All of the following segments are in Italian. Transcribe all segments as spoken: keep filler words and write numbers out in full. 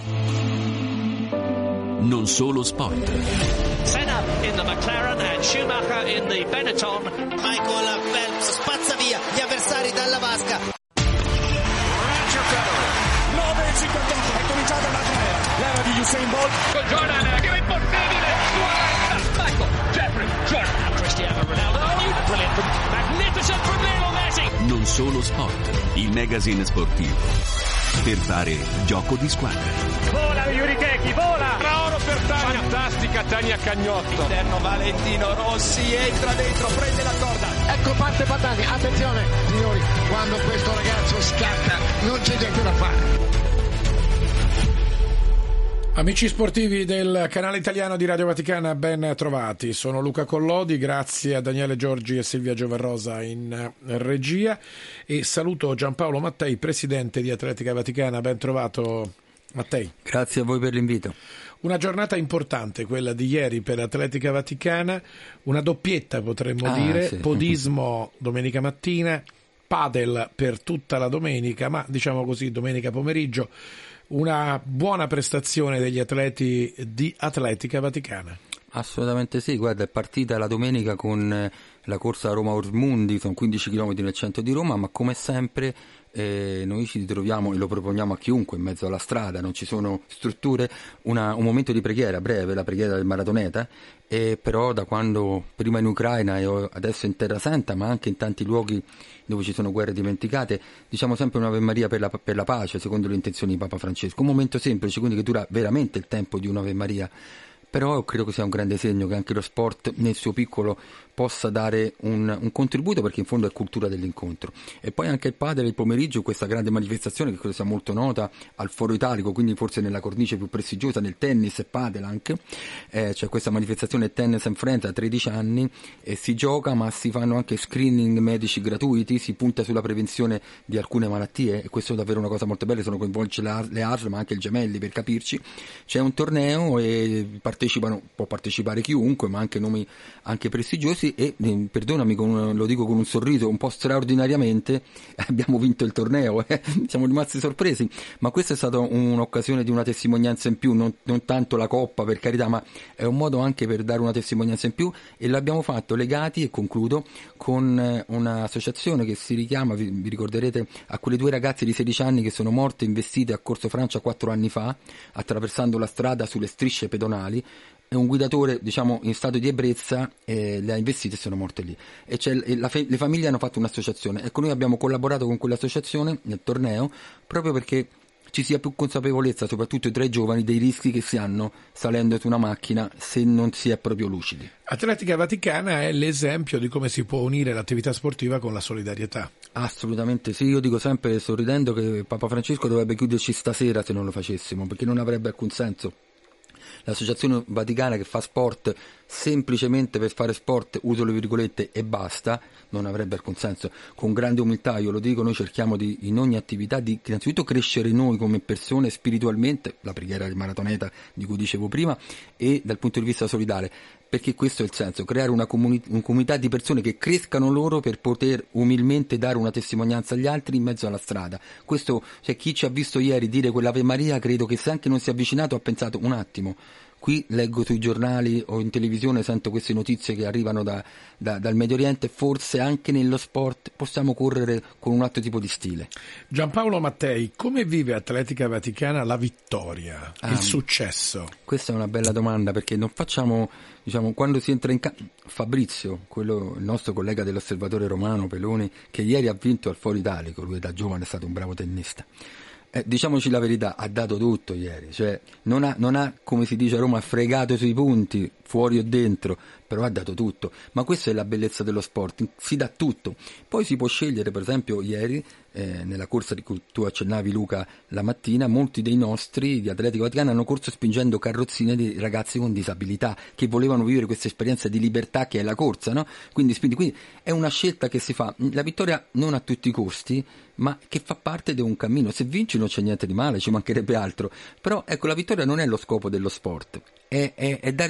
Non solo sport. Senna in the McLaren and Schumacher in the Benetton. Michael Phelps spazza via gli avversari dalla vasca. Roger Federer, nove e cinquantotto, è cominciata un'altra era. L'era di Usain Bolt. Con Jordan, che è impossibile. Michael, Jeffrey, Jordan. Cristiano Ronaldo. Oh, brilliant from, magnificent from Lionel Messi. Non solo sport, il magazine sportivo per fare gioco di squadra. Vola Yuri Keki, vola! Oro per Tania. Fantastica Tania Cagnotto. Interno Valentino Rossi, entra dentro, prende la corda. Ecco parte Patani, attenzione signori, quando questo ragazzo scatta non c'è niente da fare. Amici sportivi del canale italiano di Radio Vaticana, ben trovati. Sono Luca Collodi, grazie a Daniele Giorgi e Silvia Giovarrosa in regia e saluto Giampaolo Mattei, presidente di Atletica Vaticana. Ben trovato Mattei. Grazie a voi per l'invito. Una giornata importante quella di ieri per Atletica Vaticana, una doppietta potremmo ah, dire, sì. Podismo domenica mattina, padel per tutta la domenica, ma diciamo così domenica pomeriggio. Una buona prestazione degli atleti di Atletica Vaticana. Assolutamente sì, guarda, è partita la domenica con la corsa Roma-Ormundi, sono quindici chilometri nel centro di Roma, ma come sempre eh, noi ci ritroviamo e lo proponiamo a chiunque in mezzo alla strada, non ci sono strutture, una, un momento di preghiera breve, la preghiera del maratoneta, e però da quando prima in Ucraina e adesso in Terra Santa, ma anche in tanti luoghi dove ci sono guerre dimenticate, diciamo sempre un'Ave Maria per la, per la pace, secondo le intenzioni di Papa Francesco, un momento semplice, quindi che dura veramente il tempo di un'Ave Maria. Però credo che sia un grande segno che anche lo sport nel suo piccolo possa dare un, un contributo, perché in fondo è cultura dell'incontro. E poi anche il padel il pomeriggio, questa grande manifestazione che credo sia molto nota al Foro Italico, quindi forse nella cornice più prestigiosa nel tennis e padel anche, eh, c'è questa manifestazione Tennis and Friends a tredici anni, e si gioca ma si fanno anche screening medici gratuiti, si punta sulla prevenzione di alcune malattie e questo è davvero una cosa molto bella, sono coinvolti le A S L ma anche il Gemelli per capirci. C'è un torneo e partecipano, può partecipare chiunque, ma anche nomi anche prestigiosi, e eh, perdonami, con, lo dico con un sorriso, un po' straordinariamente abbiamo vinto il torneo, eh? Siamo rimasti sorpresi, ma questa è stata un'occasione di una testimonianza in più, non, non tanto la coppa per carità, ma è un modo anche per dare una testimonianza in più, e l'abbiamo fatto legati, e concludo, con eh, un'associazione che si richiama, vi, vi ricorderete, a quelle due ragazze di sedici anni che sono morte investite a Corso Francia quattro anni fa, attraversando la strada sulle strisce pedonali. È un guidatore, diciamo, in stato di ebbrezza, eh, le ha investite e sono morte lì. E c'è, e la, le famiglie hanno fatto un'associazione. Ecco, noi abbiamo collaborato con quell'associazione nel torneo proprio perché ci sia più consapevolezza, soprattutto tra i giovani, dei rischi che si hanno salendo su una macchina se non si è proprio lucidi. Atletica Vaticana è l'esempio di come si può unire l'attività sportiva con la solidarietà. Assolutamente sì, io dico sempre sorridendo che Papa Francesco dovrebbe chiuderci stasera se non lo facessimo, perché non avrebbe alcun senso. L'Associazione Vaticana che fa sport semplicemente per fare sport, uso le virgolette, e basta, non avrebbe alcun senso. Con grande umiltà, io lo dico, noi cerchiamo di, in ogni attività di innanzitutto crescere noi come persone spiritualmente, la preghiera del maratoneta di cui dicevo prima, e dal punto di vista solidale, perché questo è il senso, creare una, comuni- una comunità di persone che crescano loro per poter umilmente dare una testimonianza agli altri in mezzo alla strada. Questo, cioè, chi ci ha visto ieri dire quell'Ave Maria, credo che se anche non si è avvicinato ha pensato un attimo, qui leggo sui giornali o in televisione, sento queste notizie che arrivano da, da, dal Medio Oriente, forse anche nello sport possiamo correre con un altro tipo di stile. Giampaolo Mattei, come vive Atletica Vaticana la vittoria, ah, il successo? Questa è una bella domanda, perché non facciamo, diciamo, quando si entra in campo, Fabrizio, quello, il nostro collega dell'Osservatore Romano, Peloni, che ieri ha vinto al Foro Italico, lui da giovane è stato un bravo tennista. Eh, diciamoci la verità, ha dato tutto ieri, cioè non ha, non ha, come si dice a Roma, fregato sui punti, fuori o dentro, però ha dato tutto. Ma questa è la bellezza dello sport, si dà tutto. Poi si può scegliere, per esempio ieri, eh, nella corsa di cui tu accennavi Luca la mattina, molti dei nostri di Atletica Vaticana hanno corso spingendo carrozzine di ragazzi con disabilità che volevano vivere questa esperienza di libertà che è la corsa, no? Quindi, quindi è una scelta che si fa, la vittoria non a tutti i costi, ma che fa parte di un cammino. Se vinci non c'è niente di male, ci mancherebbe altro, però ecco, la vittoria non è lo scopo dello sport, è, è, è dare tutto se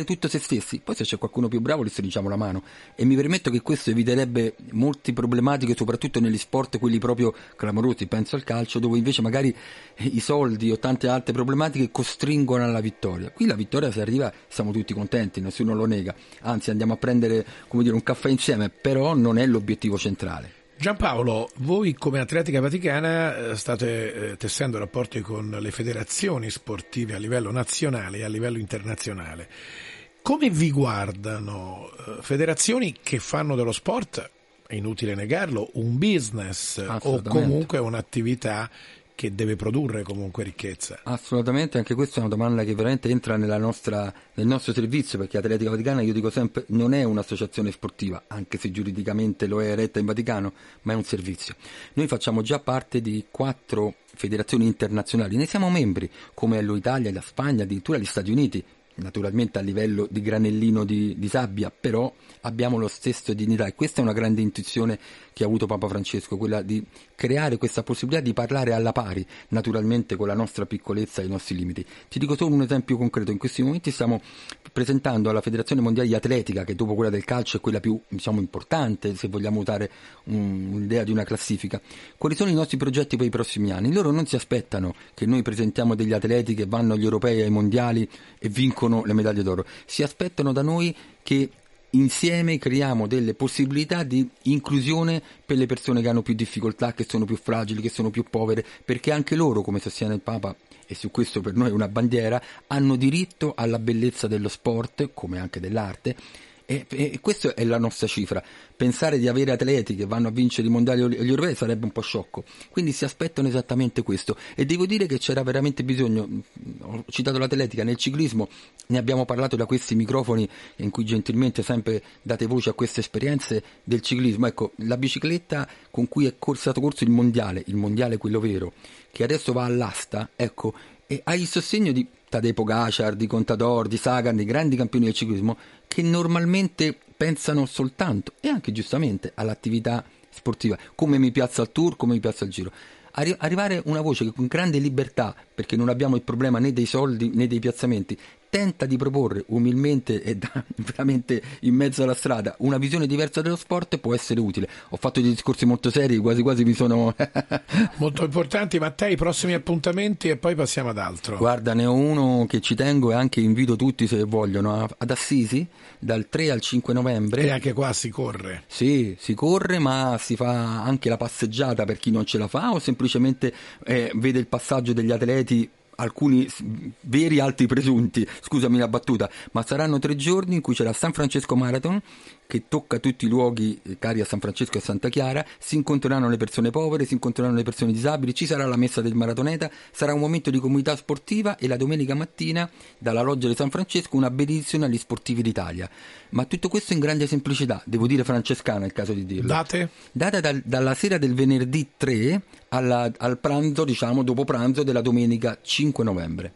stessi, poi se c'è qualcuno più bravo li stringiamo la mano, e mi permetto che questo eviterebbe molte problematiche, soprattutto negli sport quelli proprio clamorosi, penso al calcio, dove invece magari i soldi o tante altre problematiche costringono alla vittoria. Qui la vittoria, se arriva, siamo tutti contenti, nessuno lo nega, anzi andiamo a prendere, come dire, un caffè insieme, però non è l'obiettivo centrale. Giampaolo, voi come Atletica Vaticana state eh, tessendo rapporti con le federazioni sportive a livello nazionale e a livello internazionale. Come vi guardano eh, federazioni che fanno dello sport, è inutile negarlo, un business o comunque un'attività che deve produrre comunque ricchezza? Assolutamente, anche questa è una domanda che veramente entra nella nostra, nel nostro servizio, perché Atletica Vaticana, io dico sempre, non è un'associazione sportiva, anche se giuridicamente lo è retta in Vaticano, ma è un servizio. Noi facciamo già parte di quattro federazioni internazionali, ne siamo membri, come l'Italia, la Spagna, addirittura gli Stati Uniti, naturalmente a livello di granellino di, di sabbia, però abbiamo lo stesso dignità, e questa è una grande intuizione che ha avuto Papa Francesco, quella di creare questa possibilità di parlare alla pari, naturalmente con la nostra piccolezza e i nostri limiti. Ti dico solo un esempio concreto: in questi momenti stiamo presentando alla Federazione Mondiale di Atletica, che dopo quella del calcio è quella più, diciamo, importante, se vogliamo usare un, un'idea di una classifica, quali sono i nostri progetti per i prossimi anni. Loro non si aspettano che noi presentiamo degli atleti che vanno agli europei e ai mondiali e vincono le medaglie d'oro, si aspettano da noi che insieme creiamo delle possibilità di inclusione per le persone che hanno più difficoltà, che sono più fragili, che sono più povere, perché anche loro, come sostiene il Papa, e su questo per noi è una bandiera, hanno diritto alla bellezza dello sport, come anche dell'arte, e, e questa è la nostra cifra. Pensare di avere atleti che vanno a vincere i mondiali e gli europei sarebbe un po' sciocco, quindi si aspettano esattamente questo, e devo dire che c'era veramente bisogno. Ho citato l'atletica, nel ciclismo ne abbiamo parlato da questi microfoni in cui gentilmente sempre date voce a queste esperienze del ciclismo. Ecco, la bicicletta con cui è stato corso il mondiale, il mondiale quello vero, che adesso va all'asta, ecco, e ha il sostegno di Tadej Pogacar, di Contador, di Sagan, dei grandi campioni del ciclismo, che normalmente pensano soltanto, e anche giustamente, all'attività sportiva, come mi piazza al Tour, come mi piazza al Giro. Arri- arrivare una voce che con grande libertà, perché non abbiamo il problema né dei soldi né dei piazzamenti, tenta di proporre umilmente e da, veramente in mezzo alla strada una visione diversa dello sport, può essere utile. Ho fatto dei discorsi molto seri, quasi quasi mi sono molto importanti. Mattei, i prossimi appuntamenti e poi passiamo ad altro. Guarda, ne ho uno che ci tengo e anche invito tutti, se vogliono, ad Assisi dal tre al cinque novembre. E anche qua si corre. Sì, si corre, ma si fa anche la passeggiata per chi non ce la fa, o semplicemente eh, vede il passaggio degli atleti, alcuni veri, altri presunti, scusami la battuta, ma saranno tre giorni in cui c'è la San Francesco Marathon, che tocca tutti i luoghi cari a San Francesco e a Santa Chiara. Si incontreranno le persone povere, si incontreranno le persone disabili, ci sarà la messa del maratoneta, sarà un momento di comunità sportiva, e la domenica mattina dalla loggia di San Francesco una benedizione agli sportivi d'Italia. Ma tutto questo in grande semplicità, devo dire francescana, è il caso di dirlo. Date? Data dal, dalla sera del venerdì tre alla, al pranzo, diciamo dopo pranzo della domenica cinque novembre.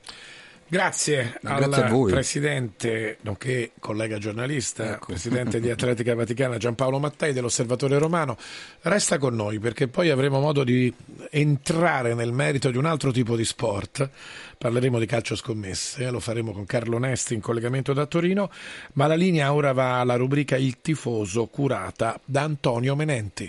Grazie, no, al grazie a voi. presidente, nonché collega giornalista, ecco. presidente di Atletica Vaticana Giampaolo Mattei dell'Osservatore Romano. Resta con noi, perché poi avremo modo di entrare nel merito di un altro tipo di sport. Parleremo di calcio scommesse, lo faremo con Carlo Nesti in collegamento da Torino, ma la linea ora va alla rubrica Il Tifoso, curata da Antonio Menenti.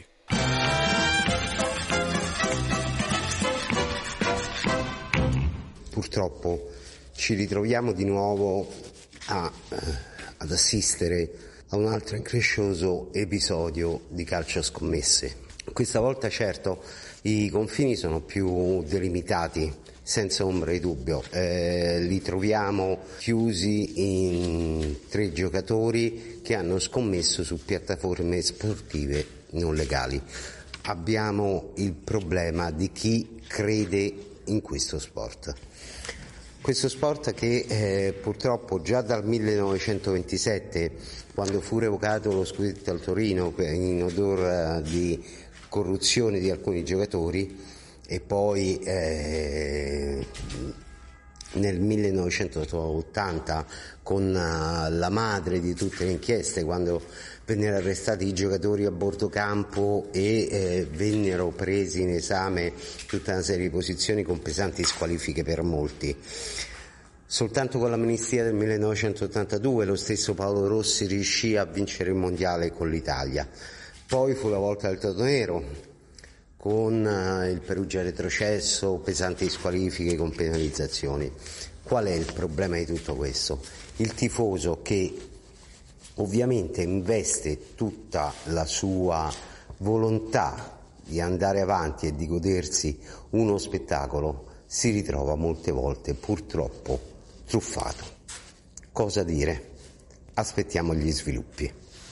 Purtroppo ci ritroviamo di nuovo a, eh, ad assistere a un altro increscioso episodio di calcio scommesse. Questa volta certo i confini sono più delimitati, senza ombra di dubbio. Eh, li troviamo chiusi in tre giocatori che hanno scommesso su piattaforme sportive non legali. Abbiamo il problema di chi crede in questo sport. Questo sport che eh, purtroppo già dal millenovecentoventisette, quando fu revocato lo scudetto al Torino in odor uh, di corruzione di alcuni giocatori, e poi eh, nel millenovecentottanta con uh, la madre di tutte le inchieste, quando vennero arrestati i giocatori a bordo campo e eh, vennero presi in esame tutta una serie di posizioni con pesanti squalifiche per molti. Soltanto con l'amnistia del millenovecentottantadue lo stesso Paolo Rossi riuscì a vincere il mondiale con l'Italia. Poi fu la volta del Toto Nero, con il Perugia retrocesso, pesanti squalifiche con penalizzazioni. Qual è il problema di tutto questo? Il tifoso che ovviamente investe tutta la sua volontà di andare avanti e di godersi uno spettacolo si ritrova molte volte purtroppo truffato. Cosa dire? Aspettiamo gli sviluppi.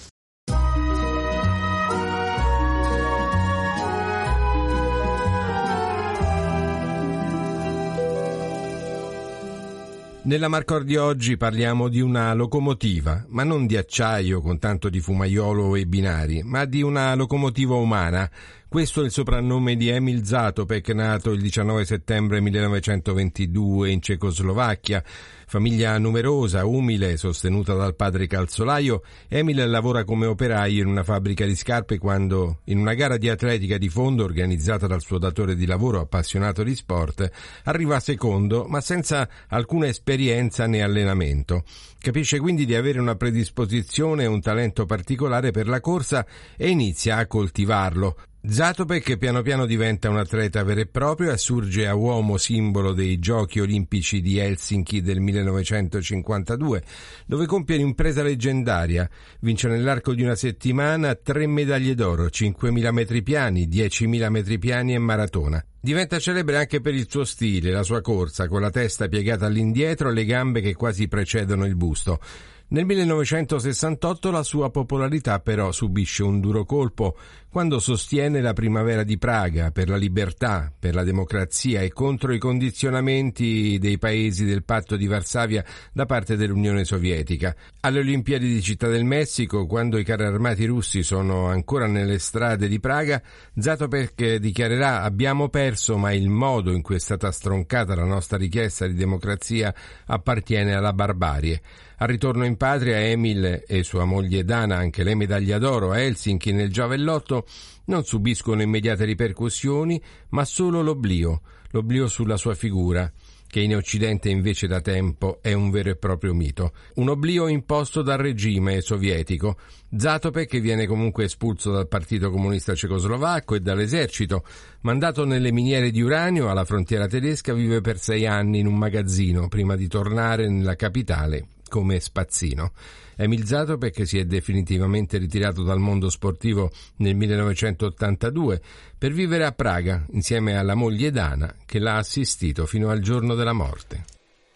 Nella Marcor di oggi parliamo di una locomotiva, ma non di acciaio con tanto di fumaiolo e binari, ma di una locomotiva umana. Questo è il soprannome di Emil Zatopek, nato il diciannove settembre millenovecentoventidue in Cecoslovacchia. Famiglia numerosa, umile, sostenuta dal padre calzolaio, Emil lavora come operaio in una fabbrica di scarpe quando, in una gara di atletica di fondo organizzata dal suo datore di lavoro appassionato di sport, arriva secondo, ma senza alcuna esperienza né allenamento. Capisce quindi di avere una predisposizione e un talento particolare per la corsa e inizia a coltivarlo. Zatopek piano piano diventa un atleta vero e proprio e assurge a uomo simbolo dei Giochi Olimpici di Helsinki del millenovecentocinquantadue, dove compie un'impresa leggendaria. Vince nell'arco di una settimana tre medaglie d'oro, cinquemila metri piani, diecimila metri piani e maratona. Diventa celebre anche per il suo stile, la sua corsa, con la testa piegata all'indietro e le gambe che quasi precedono il busto. Nel millenovecentosessantotto la sua popolarità però subisce un duro colpo quando sostiene la primavera di Praga per la libertà, per la democrazia e contro i condizionamenti dei paesi del patto di Varsavia da parte dell'Unione Sovietica. Alle Olimpiadi di Città del Messico, quando i carri armati russi sono ancora nelle strade di Praga, Zatopek dichiarerà: abbiamo perso, ma il modo in cui è stata stroncata la nostra richiesta di democrazia appartiene alla barbarie. Al ritorno in patria, Emil e sua moglie Dana, anche lei medaglia d'oro a Helsinki nel giavellotto, non subiscono immediate ripercussioni, ma solo l'oblio, l'oblio sulla sua figura, che in Occidente invece da tempo è un vero e proprio mito. Un oblio imposto dal regime sovietico. Zatopek viene comunque espulso dal Partito Comunista Cecoslovacco e dall'esercito. Mandato nelle miniere di uranio alla frontiera tedesca, vive per sei anni in un magazzino prima di tornare nella capitale come spazzino. Emil Zatopek si è definitivamente ritirato dal mondo sportivo nel millenovecentottantadue per vivere a Praga insieme alla moglie Dana, che l'ha assistito fino al giorno della morte.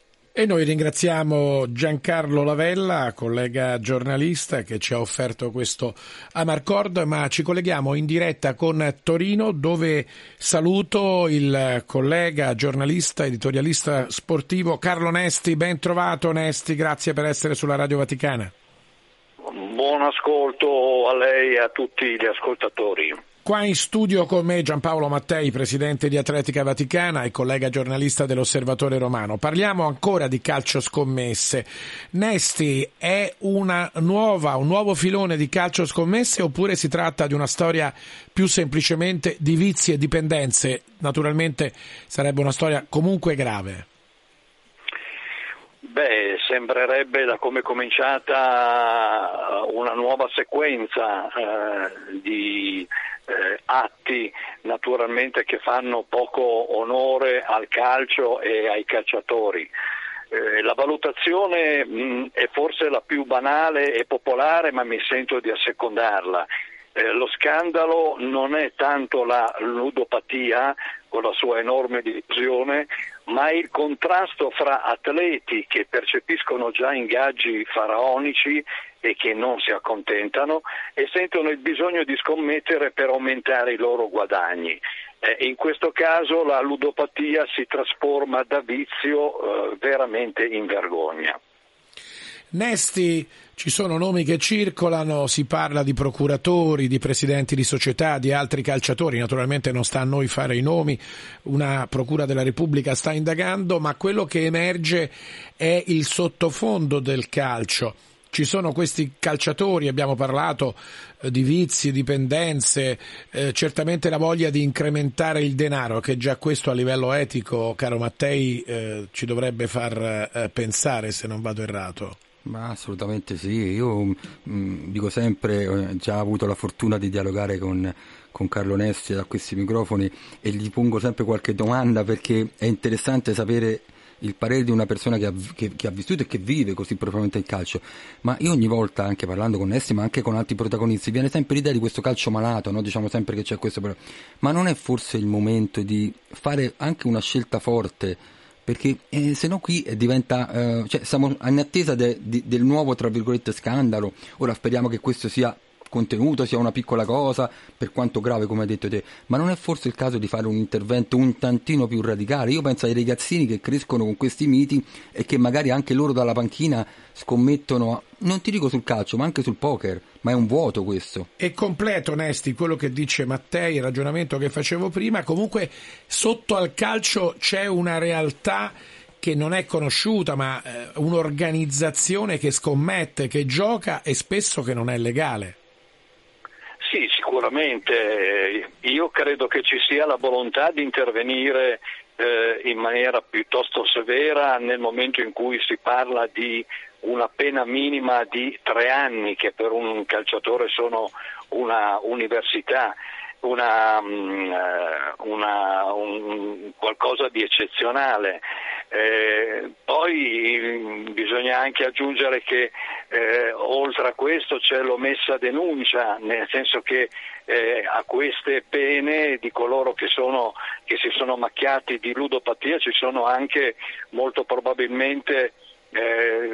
E noi ringraziamo Giancarlo Lavella, collega giornalista, che ci ha offerto questo Amarcord, ma ci colleghiamo in diretta con Torino, dove saluto il collega giornalista, editorialista sportivo Carlo Nesti. Ben trovato Nesti, grazie per essere sulla Radio Vaticana. Buon ascolto a lei e a tutti gli ascoltatori. Qua in studio con me Giampaolo Mattei, presidente di Atletica Vaticana e collega giornalista dell'Osservatore Romano. Parliamo ancora di calcio scommesse. Nesti, è una nuova, un nuovo filone di calcio scommesse oppure si tratta di una storia più semplicemente di vizi e dipendenze? Naturalmente sarebbe una storia comunque grave. Beh, sembrerebbe da come è cominciata una nuova sequenza eh, di eh, atti naturalmente che fanno poco onore al calcio e ai calciatori. Eh, la valutazione mh, è forse la più banale e popolare, ma mi sento di assecondarla. Eh, lo scandalo non è tanto la ludopatia con la sua enorme diffusione, ma il contrasto fra atleti che percepiscono già ingaggi faraonici e che non si accontentano e sentono il bisogno di scommettere per aumentare i loro guadagni. Eh, in questo caso la ludopatia si trasforma da vizio eh, veramente in vergogna. Nesti, ci sono nomi che circolano, si parla di procuratori, di presidenti di società, di altri calciatori, naturalmente non sta a noi fare i nomi, una procura della Repubblica sta indagando, ma quello che emerge è il sottofondo del calcio. ci sono questi calciatori, abbiamo parlato eh, di vizi, dipendenze, eh, certamente la voglia di incrementare il denaro, che già questo a livello etico, caro Mattei, eh, ci dovrebbe far eh, pensare, se non vado errato. Ma assolutamente sì, io mh, dico sempre, ho già avuto la fortuna di dialogare con, con Carlo Nesti da questi microfoni e gli pongo sempre qualche domanda, perché è interessante sapere il parere di una persona che ha, che, che ha vissuto e che vive così profondamente il calcio. Ma io ogni volta, anche parlando con Nesti ma anche con altri protagonisti, viene sempre l'idea di questo calcio malato, no? Diciamo sempre che c'è questo, ma non è forse il momento di fare anche una scelta forte? Perché eh, se no qui diventa, eh, cioè siamo in attesa de, de, del nuovo, tra virgolette, scandalo. Ora speriamo che questo sia contenuto, sia una piccola cosa, per quanto grave come hai detto te, ma non è forse il caso di fare un intervento un tantino più radicale? Io penso ai ragazzini che crescono con questi miti e che magari anche loro dalla panchina scommettono, non ti dico sul calcio, ma anche sul poker, ma è un vuoto questo. È completo, Nesti, quello che dice Mattei, il ragionamento che facevo prima. Comunque sotto al calcio c'è una realtà che non è conosciuta, ma eh, un'organizzazione che scommette, che gioca e spesso che non è legale. Sì, sicuramente. Io credo che ci sia la volontà di intervenire eh, in maniera piuttosto severa nel momento in cui si parla di una pena minima di tre anni, che per un calciatore sono una università, una, una un, qualcosa di eccezionale. Eh, poi bisogna anche aggiungere che eh, oltre a questo c'è l'omessa denuncia, nel senso che eh, a queste pene di coloro che sono che si sono macchiati di ludopatia ci sono anche molto probabilmente Eh,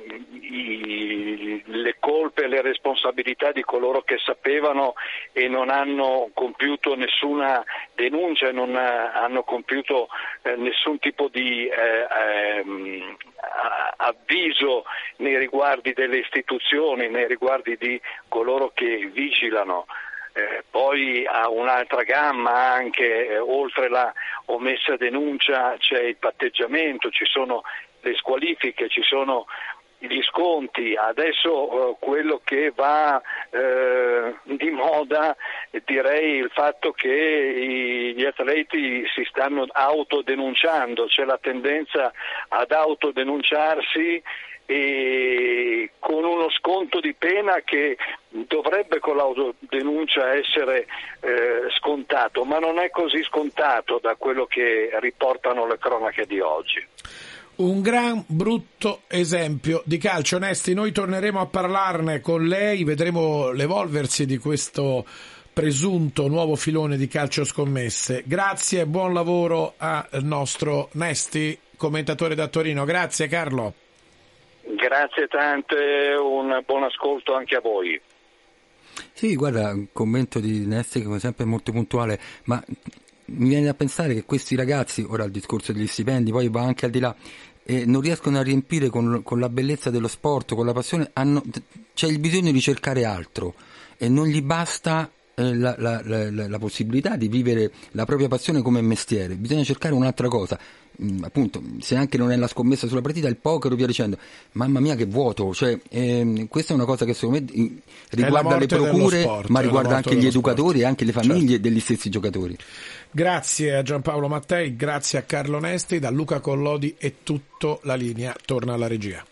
i, le colpe e le responsabilità di coloro che sapevano e non hanno compiuto nessuna denuncia, non hanno compiuto eh, nessun tipo di eh, eh, avviso nei riguardi delle istituzioni, nei riguardi di coloro che vigilano. Eh, poi ha un'altra gamma anche, eh, oltre la omessa denuncia c'è il patteggiamento, ci sono le squalifiche, ci sono gli sconti. Adesso eh, quello che va eh, di moda, direi il fatto che i, gli atleti si stanno autodenunciando, c'è la tendenza ad autodenunciarsi e con uno sconto di pena che dovrebbe con l'autodenuncia essere eh, scontato, ma non è così scontato da quello che riportano le cronache di oggi. Un gran brutto esempio di calcio. Nesti, noi torneremo a parlarne con lei, vedremo l'evolversi di questo presunto nuovo filone di calcio scommesse. Grazie e buon lavoro al nostro Nesti, commentatore da Torino. Grazie Carlo. Grazie tante, un buon ascolto anche a voi. Sì, guarda, un commento di Nesti come sempre molto puntuale, ma mi viene da pensare che questi ragazzi, ora il discorso degli stipendi, poi va anche al di là, eh, non riescono a riempire con, con la bellezza dello sport, con la passione, hanno, c'è il bisogno di cercare altro e non gli basta eh, la, la, la, la possibilità di vivere la propria passione come mestiere, bisogna cercare un'altra cosa. Mm, appunto, se anche non è la scommessa sulla partita, il poker o via dicendo, mamma mia che vuoto, cioè ehm, questa è una cosa che secondo me riguarda le procure, sport, ma riguarda anche gli educatori sport. E anche le famiglie, certo, degli stessi giocatori. Grazie a Giampaolo Mattei, grazie a Carlo Nesti, da Luca Collodi è tutto, la linea torna alla regia.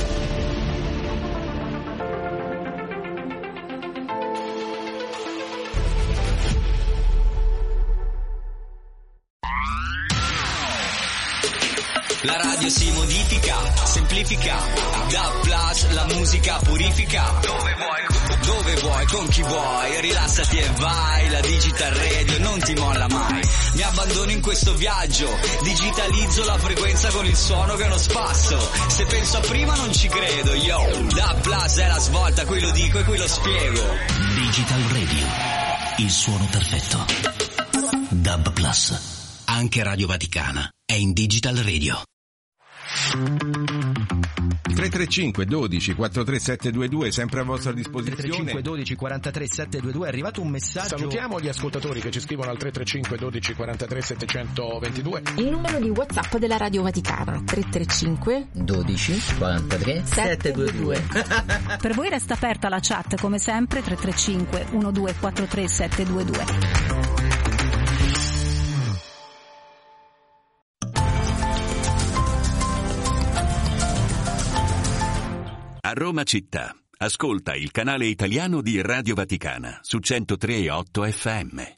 La radio si modifica, semplifica, da plus la musica purifica. Dove vuoi, dove vuoi, con chi vuoi, rilassati e vai, la Digital Radio non ti molla mai. Mi abbandono in questo viaggio, digitalizzo la frequenza con il suono che è uno spasso. Se penso a prima non ci credo, yo, da plus è la svolta, qui lo dico e qui lo spiego. Digital Radio, il suono perfetto. Dub Plus, anche Radio Vaticana è in Digital Radio. tre tre cinque dodici quarantatré settecentoventidue, sempre a vostra disposizione. tre tre cinque dodici quarantatré settecentoventidue, è arrivato un messaggio. Salutiamo gli ascoltatori che ci scrivono al tre tre cinque dodici quarantatré settecentoventidue. Il numero di WhatsApp della Radio Vaticana, tre tre cinque dodici quarantatré settecentoventidue. Per voi resta aperta la chat come sempre, tre tre cinque uno due quattro tre sette due due. A Roma città, ascolta il canale italiano di Radio Vaticana su centotre e otto effe emme.